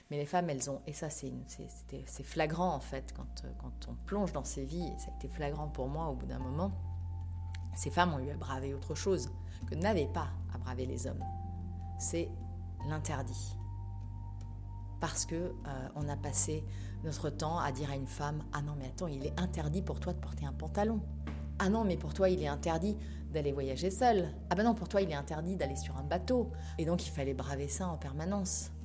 Mais les femmes, elles ont, et ça c'est flagrant en fait, quand on plonge dans ces vies, et ça a été flagrant pour moi au bout d'un moment, ces femmes ont eu à braver autre chose que n'avaient pas à braver les hommes. C'est l'interdit. Parce que on a passé notre temps à dire à une femme « Ah non mais attends, il est interdit pour toi de porter un pantalon. Ah non mais pour toi il est interdit d'aller voyager seule. Ah ben non, pour toi il est interdit d'aller sur un bateau. » Et donc il fallait braver ça en permanence.